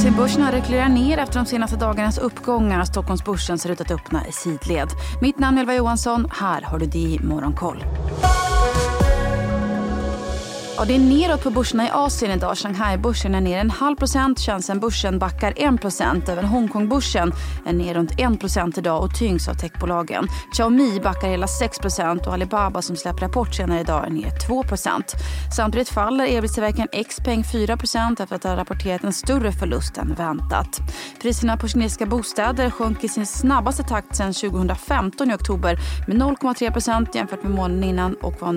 Asienbörserna rekylerar ner efter de senaste dagarnas uppgångar. Stockholmsbörsen ser ut att öppna i sidled. Mitt namn är Ylva Johansson. Här har du det i Morgonkoll. Ja, det är neråt på börserna i Asien idag. Shanghai-börsen är ner 0,5%. Shenzhen-börsen backar 1%. Även Hongkong-börsen är ner runt 1% idag och tyngs av techbolagen. Xiaomi backar hela 6% och Alibaba som släpper rapport senare idag är ner 2%. Samtidigt faller elbilstillverkaren Xpeng 4% efter att ha rapporterat en större förlust än väntat. Priserna på kinesiska bostäder sjönk i sin snabbaste takt sedan 2015 i oktober med 0,3% jämfört med månaden innan och var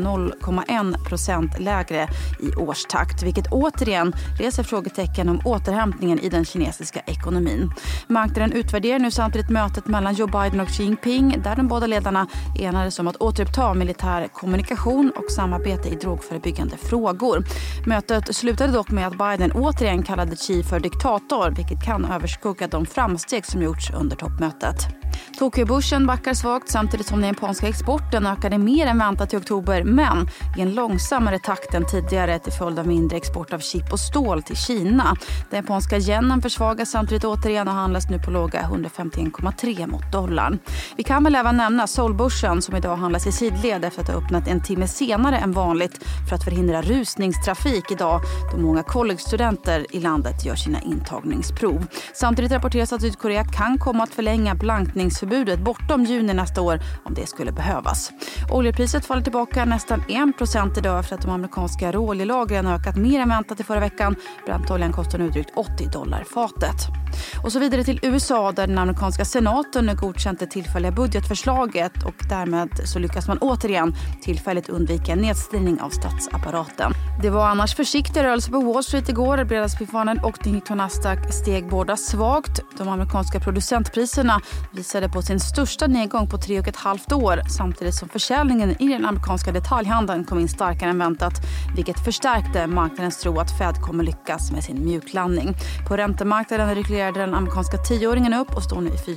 0,1% lägre i årstakt, vilket återigen reser frågetecken om återhämtningen i den kinesiska ekonomin. Marknaden utvärderar nu samtidigt mötet mellan Joe Biden och Xi Jinping där de båda ledarna enades om att återuppta militär kommunikation och samarbete i drogförebyggande frågor. Mötet slutade dock med att Biden återigen kallade Xi för diktator, vilket kan överskugga de framsteg som gjorts under toppmötet. Tokyo-börsen backar svagt samtidigt som den japanska exporten ökade mer än väntat i oktober, men i en långsammare takt än tidigare till följd av mindre export av chip och stål till Kina. Den japanska yenen försvagas samtidigt återigen och handlas nu på låga 151,3 mot dollarn. Vi kan väl även nämna Seoulbörsen som idag handlas i sidled efter att ha öppnat en timme senare än vanligt för att förhindra rusningstrafik idag då många collegestudenter i landet gör sina intagningsprov. Samtidigt rapporteras att Sydkorea kan komma att förlänga blankningsförbudet bortom juni nästa år om det skulle behövas. Oljepriset faller tillbaka nästan 1% idag efter att de amerikanska råoljelagren ökat mer än väntat i förra veckan. Brentoljan kostar nu drygt $80 fatet. Och så vidare till USA där den amerikanska senaten nu godkänt det tillfälliga budgetförslaget och därmed så lyckas man återigen tillfälligt undvika en nedstyrning av statsapparaten. Det var annars försiktig rörelse på Wall Street igår. Bredasbyfanen och Nasdaq Nasdaq steg båda svagt. De amerikanska producentpriserna visade på sin största nedgång på 3,5 år samtidigt som försäljningen i den amerikanska detaljhandeln kom in starkare än väntat, vilket förstärkte marknadens tro att Fed kommer lyckas med sin mjuklandning. På räntemarknaden reglerade den amerikanska 10-åringen upp och står nu i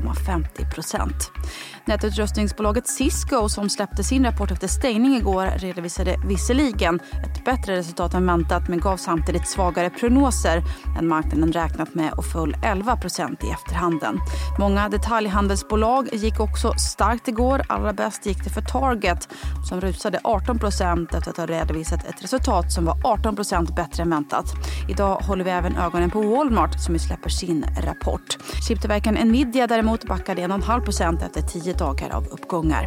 4,50%. Nätutrustningsbolaget Cisco som släppte sin rapport efter stängning igår redovisade visserligen ett bättre resultat än väntat men gav samtidigt svagare prognoser än marknaden räknat med och föll 11% i efterhanden. Många detaljhandelsbolag gick också starkt igår. Allra bäst gick det för Target som rusade 18% efter att ha redovisat ett resultat som var 18% bättre än väntat. Idag håller vi även ögonen på Walmart som släpper sin rapport. Chiptillverkaren Nvidia däremot backade 1,5% efter 10 dagar av uppgångar.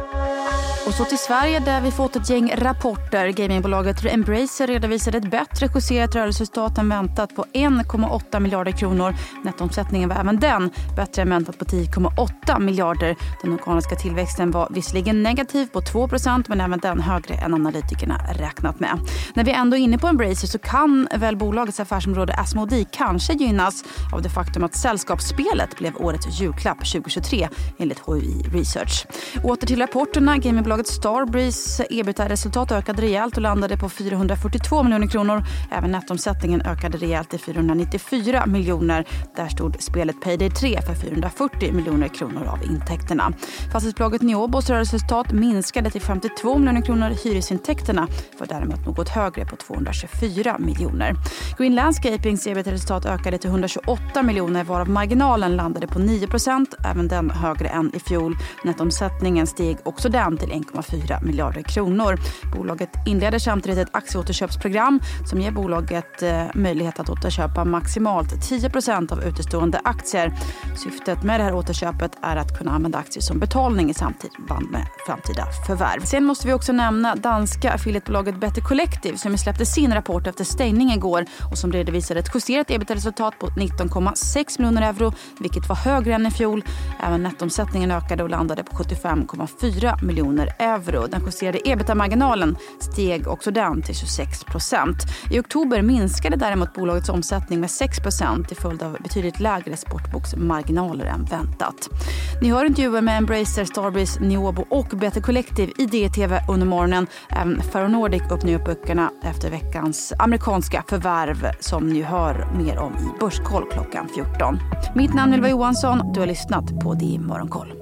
Och så till Sverige där vi fått ett gäng rapporter. Gamingbolaget Embracer redovisade ett bättre justerat rörelseresultat än väntat på 1,8 miljarder kronor. Nettomsättningen var även den bättre än väntat på 10,8 miljarder. Den organiska tillväxten var visserligen negativ på 2% men även den högre än analytikerna räknat med. När vi ändå är inne på Embracer så kan väl bolagets affärsområde Asmodee kanske gynnas av det faktum att sällskapsspelet blev årets julklapp 2023 enligt HUI Research. Åter till rapporterna. Gamingbolaget Starbreeze EBITDA-resultat ökade rejält och landade på 442 miljoner kronor. Även nettomsättningen ökade rejält till 494 miljoner. Där stod spelet Payday 3 för 440 miljoner kronor av intäkterna. Fastighetsbolaget Neobos rörelseresultat minskade till 52 miljoner kronor. Hyresintäkterna var däremot något högre på 224 miljoner. Green Landscapings EBITDA-resultat ökade till 128 miljoner varav marginalen landade på 9%. Även den högre än i fjol. Nettomsättningen steg också den till 1,4 miljarder kronor. Bolaget inleder samtidigt ett aktieåterköpsprogram som ger bolaget möjlighet att återköpa maximalt 10% av utestående aktier. Syftet med det här återköpet är att kunna använda aktier som betalning i samband med framtida förvärv. Sen måste vi också nämna danska affiliatebolaget Better Collective som släppte sin rapport efter stängning igår och som redovisade ett justerat EBITDA-resultat på 19,6 miljoner euro, vilket var högre än i fjol. Även nettomsättningen ökade och landade på 75,4 miljoner euro. Den justerade EBITDA-marginalen steg också den till 26%. I oktober minskade däremot bolagets omsättning med 6% till följd av betydligt lägre sportboksmarginaler än väntat. Ni hör intervjuer med Embracer, Starbreeze, Neobo och Better Collective i DTV under morgonen. Även Ferronordic öppnar upp böckerna efter veckans amerikanska förvärv som ni hör mer om i Börskoll klockan 14. Mitt namn är Ylva Johansson. Du har lyssnat på det i Morgonkoll.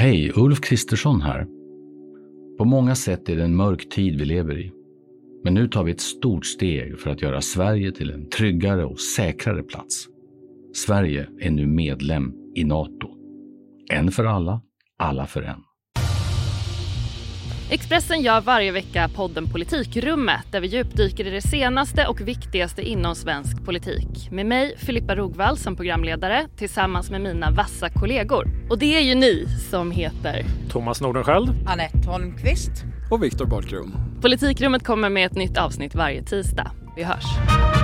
Hej, Ulf Kristersson här. På många sätt är det en mörk tid vi lever i. Men nu tar vi ett stort steg för att göra Sverige till en tryggare och säkrare plats. Sverige är nu medlem i NATO. En för alla, alla för en. Expressen gör varje vecka podden Politikrummet där vi djupdyker i det senaste och viktigaste inom svensk politik. Med mig, Filippa Rogvall, som programledare tillsammans med mina vassa kollegor. Och det är ju ni som heter Thomas Nordenskjöld, Anette Holmqvist och Viktor Bartgrum. Politikrummet kommer med ett nytt avsnitt varje tisdag. Vi hörs.